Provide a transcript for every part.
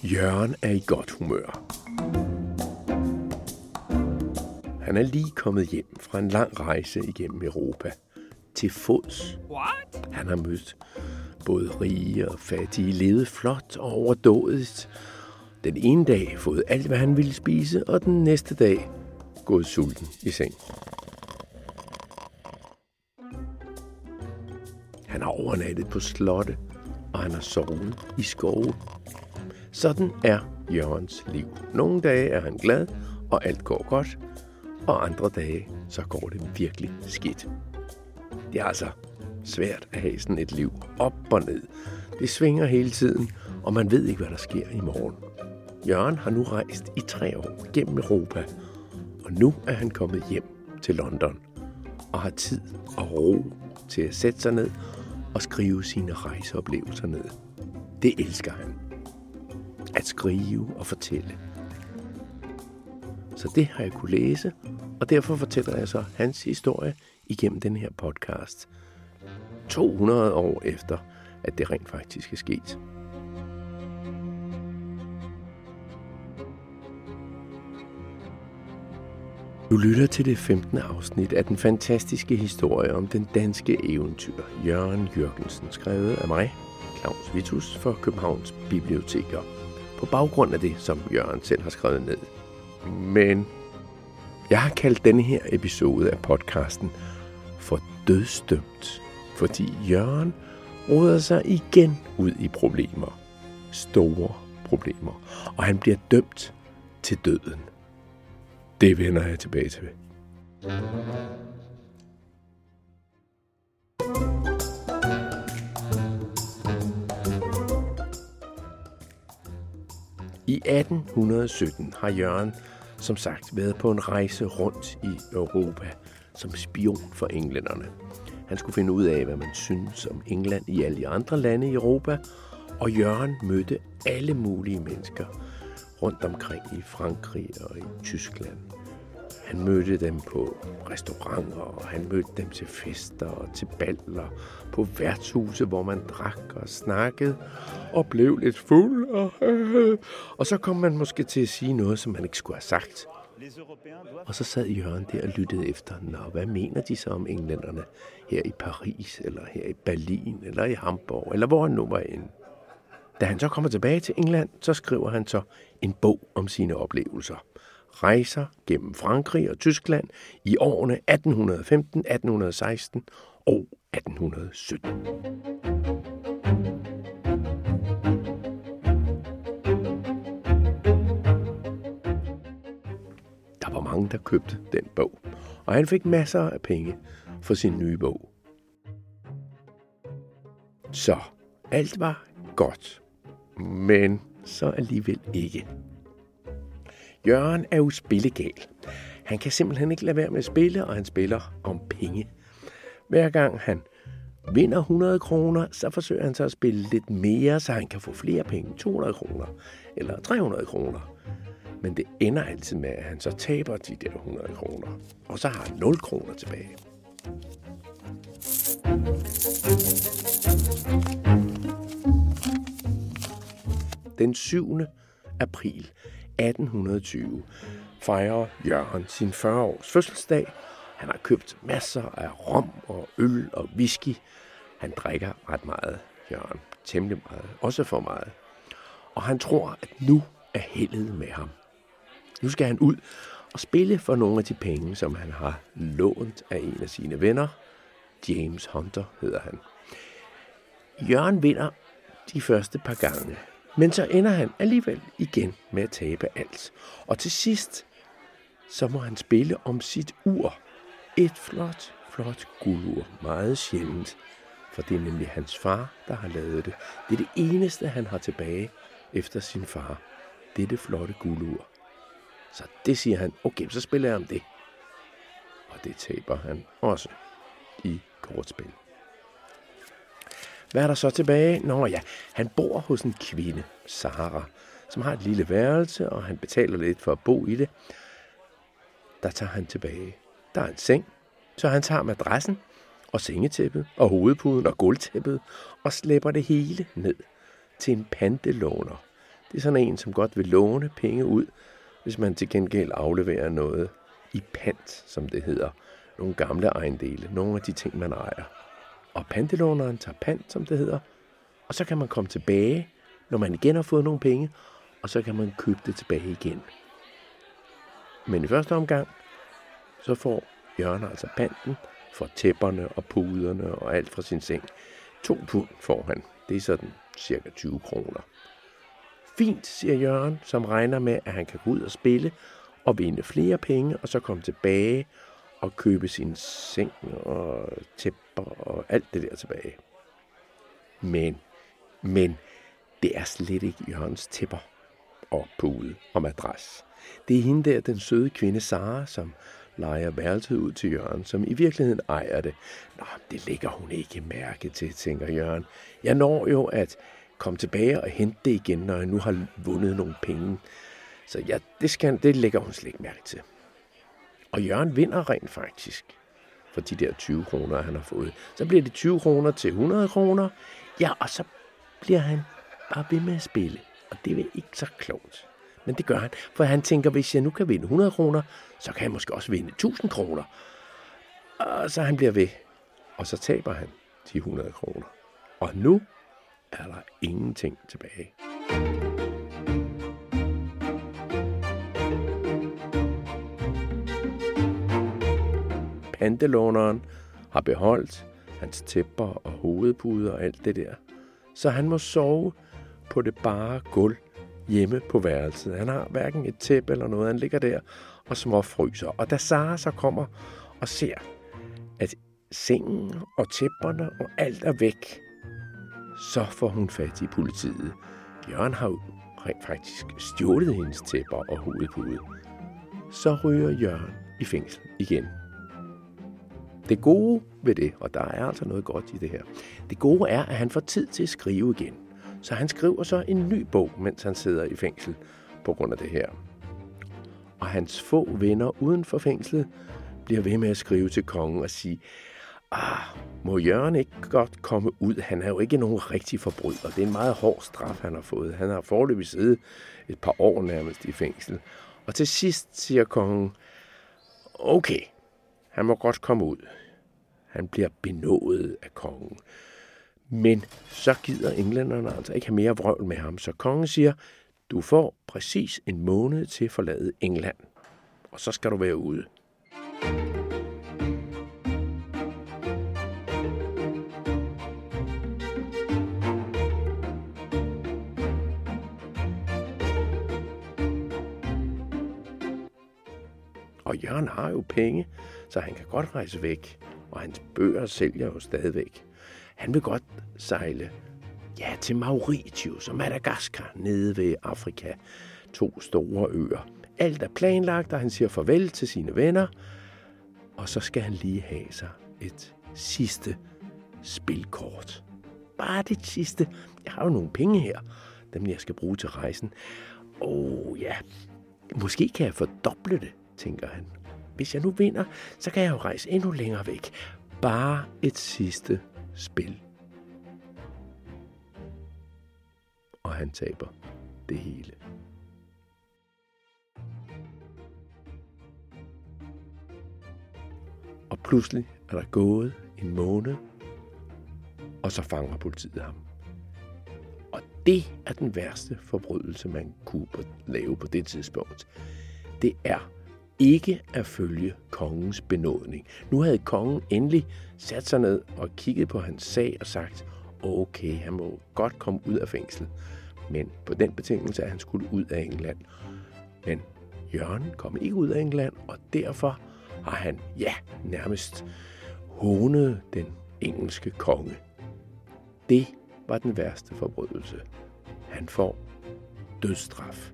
Jørgen er i godt humør. Han er lige kommet hjem fra en lang rejse igennem Europa. Til fods. What? Han har mødt både rige og fattige, levet flot og overdådigt. Den ene dag fået alt, hvad han ville spise, og den næste dag gået sulten i seng. Han har overnattet på slotte, og han har sovet i skove. Sådan er Jørgens liv. Nogle dage er han glad, og alt går godt, og andre dage så går det virkelig skidt. Det er altså svært at have sådan et liv op og ned. Det svinger hele tiden, og man ved ikke, hvad der sker i morgen. Jørgen har nu rejst i 3 år gennem Europa, og nu er han kommet hjem til London og har tid og ro til at sætte sig ned og skrive sine rejseoplevelser ned. Det elsker han. At skrive og fortælle. Så det har jeg kunne læse, og derfor fortæller jeg så hans historie igennem den her podcast. 200 år efter, at det rent faktisk er sket. Du lytter til det 15. afsnit af den fantastiske historie om den danske eventyr Jørgen Jürgensen, skrevet af mig, Claus Vitus, for Københavns Biblioteker, på baggrund af det, som Jørgen selv har skrevet ned. Men jeg har kaldt denne her episode af podcasten for dødsdømt, fordi Jørgen roder sig igen ud i problemer. Store problemer. Og han bliver dømt til døden. Det vender jeg tilbage til. I 1817 har Jørgen som sagt været på en rejse rundt i Europa som spion for englænderne. Han skulle finde ud af, hvad man synes om England i alle de andre lande i Europa, og Jørgen mødte alle mulige mennesker rundt omkring i Frankrig og i Tyskland. Han mødte dem på restauranter, og han mødte dem til fester og til baller, på værtshuse, hvor man drak og snakkede og blev lidt fuld. Og så kom man måske til at sige noget, som man ikke skulle have sagt. Og så sad Jørgen der og lyttede efter, hvad mener de så om englænderne her i Paris, eller her i Berlin, eller i Hamburg, eller hvor han nu var inde. Da han så kommer tilbage til England, så skriver han så en bog om sine oplevelser. Rejser gennem Frankrig og Tyskland i årene 1815, 1816 og 1817. Der var mange, der købte den bog, og han fik masser af penge for sin nye bog. Så alt var godt, men så alligevel ikke. Jørgen er jo spillegal. Han kan simpelthen ikke lade være med at spille, og han spiller om penge. Hver gang han vinder 100 kroner, så forsøger han så at spille lidt mere, så han kan få flere penge. 200 kroner eller 300 kroner. Men det ender altid med, at han så taber de der 100 kroner. Og så har han 0 kroner tilbage. Den 7. april 1820 fejrer Jørgen sin 40-års fødselsdag. Han har købt masser af rom og øl og whisky. Han drikker ret meget, Jørgen. Temmelig meget. Også for meget. Og han tror, at nu er heldet med ham. Nu skal han ud og spille for nogle af de penge, som han har lånt af en af sine venner. James Hunter hedder han. Jørgen vinder de første par gange. Men så ender han alligevel igen med at tabe alt. Og til sidst, så må han spille om sit ur. Et flot, flot guldur. Meget sjældent. For det er nemlig hans far, der har lavet det. Det er det eneste, han har tilbage efter sin far. Det er det flotte guldur. Så det siger han, okay, så spiller jeg om det. Og det taber han også i kortspil. Hvad er der så tilbage? Nå ja, han bor hos en kvinde, Sara, som har et lille værelse, og han betaler lidt for at bo i det. Der tager han tilbage. Der er en seng, så han tager madrassen og sengetæppet og hovedpuden og gulvtæppet og slæber det hele ned til en pantelåner Det er sådan en, som godt vil låne penge ud, hvis man til gengæld afleverer noget i pant, som det hedder. Nogle gamle ejendele, nogle af de ting, man ejer. Og pantelåneren tager pant, som det hedder, og så kan man komme tilbage, når man igen har fået nogle penge, og så kan man købe det tilbage igen. Men i første omgang, så får Jørgen altså panten for tæpperne og puderne og alt fra sin seng. 2 pund får han. Det er sådan cirka 20 kroner. Fint, siger Jørgen, som regner med, at han kan gå ud og spille og vinde flere penge, og så komme tilbage og købe sin seng og tæpper og alt det der tilbage. Men det er slet ikke Jørgens tæpper og pude og madras. Det er hende der, den søde kvinde Sara, som lejer værelset ud til Jørgen, som i virkeligheden ejer det. Nå, det lægger hun ikke mærke til, tænker Jørgen. Jeg når jo at komme tilbage og hente det igen, når jeg nu har vundet nogle penge. Så ja, det lægger hun slet ikke mærke til. Og Jørgen vinder rent faktisk for de der 20 kroner, han har fået. Så bliver det 20 kroner til 100 kroner. Ja, og så bliver han bare ved med at spille. Og det er ikke så klogt. Men det gør han, for han tænker, hvis jeg nu kan vinde 100 kroner, så kan jeg måske også vinde 1000 kroner. Og så han bliver ved. Og så taber han de 100 kroner. Og nu er der ingenting tilbage. Pantelåneren har beholdt hans tæpper og hovedpuder og alt det der. Så han må sove på det bare gulv hjemme på værelset. Han har hverken et tæppe eller noget. Han ligger der og småfryser. Og da Sara så kommer og ser, at sengen og tæpperne og alt er væk, så får hun fat i politiet. Jørgen har jo rent faktisk stjålet hendes tæpper og hovedpude. Så ryger Jørgen i fængsel igen. Det gode ved det, og der er altså noget godt i det her, det gode er, at han får tid til at skrive igen. Så han skriver så en ny bog, mens han sidder i fængsel på grund af det her. Og hans få venner uden for fængslet bliver ved med at skrive til kongen og sige, må Jørgen ikke godt komme ud? Han er jo ikke nogen rigtig forbryder. Det er en meget hård straf, han har fået. Han har foreløbig siddet et par år nærmest i fængsel. Og til sidst siger kongen, okay, han må godt komme ud. Han bliver benådet af kongen. Men så gider englænderne altså ikke have mere vrøvl med ham. Så kongen siger, du får præcis en måned til at forlade England. Og så skal du være ude. Og Jørgen har jo penge, så han kan godt rejse væk. Og hans bøger sælger jo stadigvæk. Han vil godt sejle til Mauritius og Madagaskar nede ved Afrika. 2 store øer. Alt er planlagt, og han siger farvel til sine venner. Og så skal han lige have sig et sidste spilkort. Bare det sidste. Jeg har jo nogle penge her, dem jeg skal bruge til rejsen. Måske kan jeg fordoble det, tænker han. Hvis jeg nu vinder, så kan jeg jo rejse endnu længere væk. Bare et sidste spil. Og han taber det hele. Og pludselig er der gået en måned, og så fanger politiet ham. Og det er den værste forbrydelse, man kunne lave på det tidspunkt. Det er ikke at følge kongens benådning. Nu havde kongen endelig sat sig ned og kigget på hans sag og sagt, okay, han må godt komme ud af fængsel. Men på den betingelse, at han skulle ud af England. Men Jørgen kom ikke ud af England, og derfor har han, nærmest hånet den engelske konge. Det var den værste forbrydelse. Han får dødsstraf.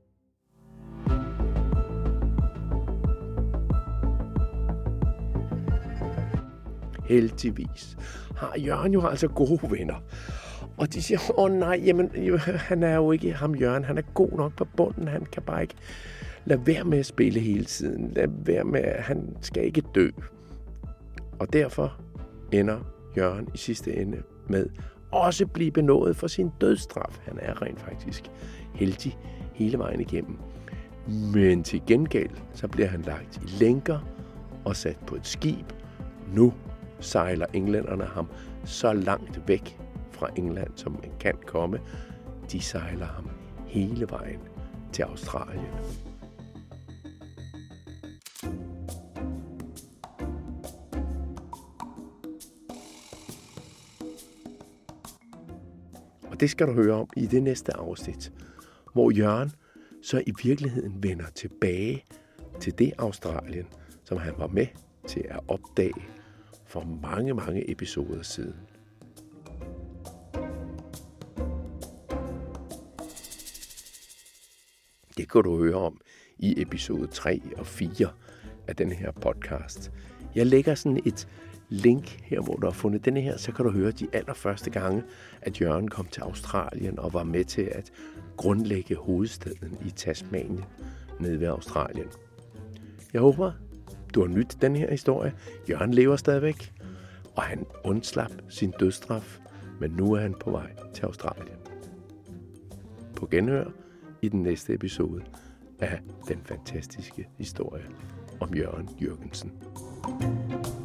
Heldigvis har Jørgen jo altså gode venner. Og de siger, nej, han er jo ikke ham Jørgen. Han er god nok på bunden. Han kan bare ikke lade være med at spille hele tiden. Lad være med, han skal ikke dø. Og derfor ender Jørgen i sidste ende med også blive benådet for sin dødsstraf. Han er rent faktisk heldig hele vejen igennem. Men til gengæld, så bliver han lagt i lænker og sat på et skib. Nu sejler englænderne ham så langt væk fra England, som man kan komme. De sejler ham hele vejen til Australien. Og det skal du høre om i det næste afsnit, hvor Jørgen så i virkeligheden vender tilbage til det Australien, som han var med til at opdage for mange, mange episoder siden. Det kan du høre om i episode 3 og 4 af denne her podcast. Jeg lægger sådan et link her, hvor du har fundet denne her, så kan du høre de allerførste gange, at Jørgen kom til Australien og var med til at grundlægge hovedstaden i Tasmanien nede ved Australien. Jeg håber, du har nydt den her historie. Jørgen lever stadigvæk, og han undslap sin dødsstraf, men nu er han på vej til Australien. På genhør i den næste episode af den fantastiske historie om Jørgen Jürgensen.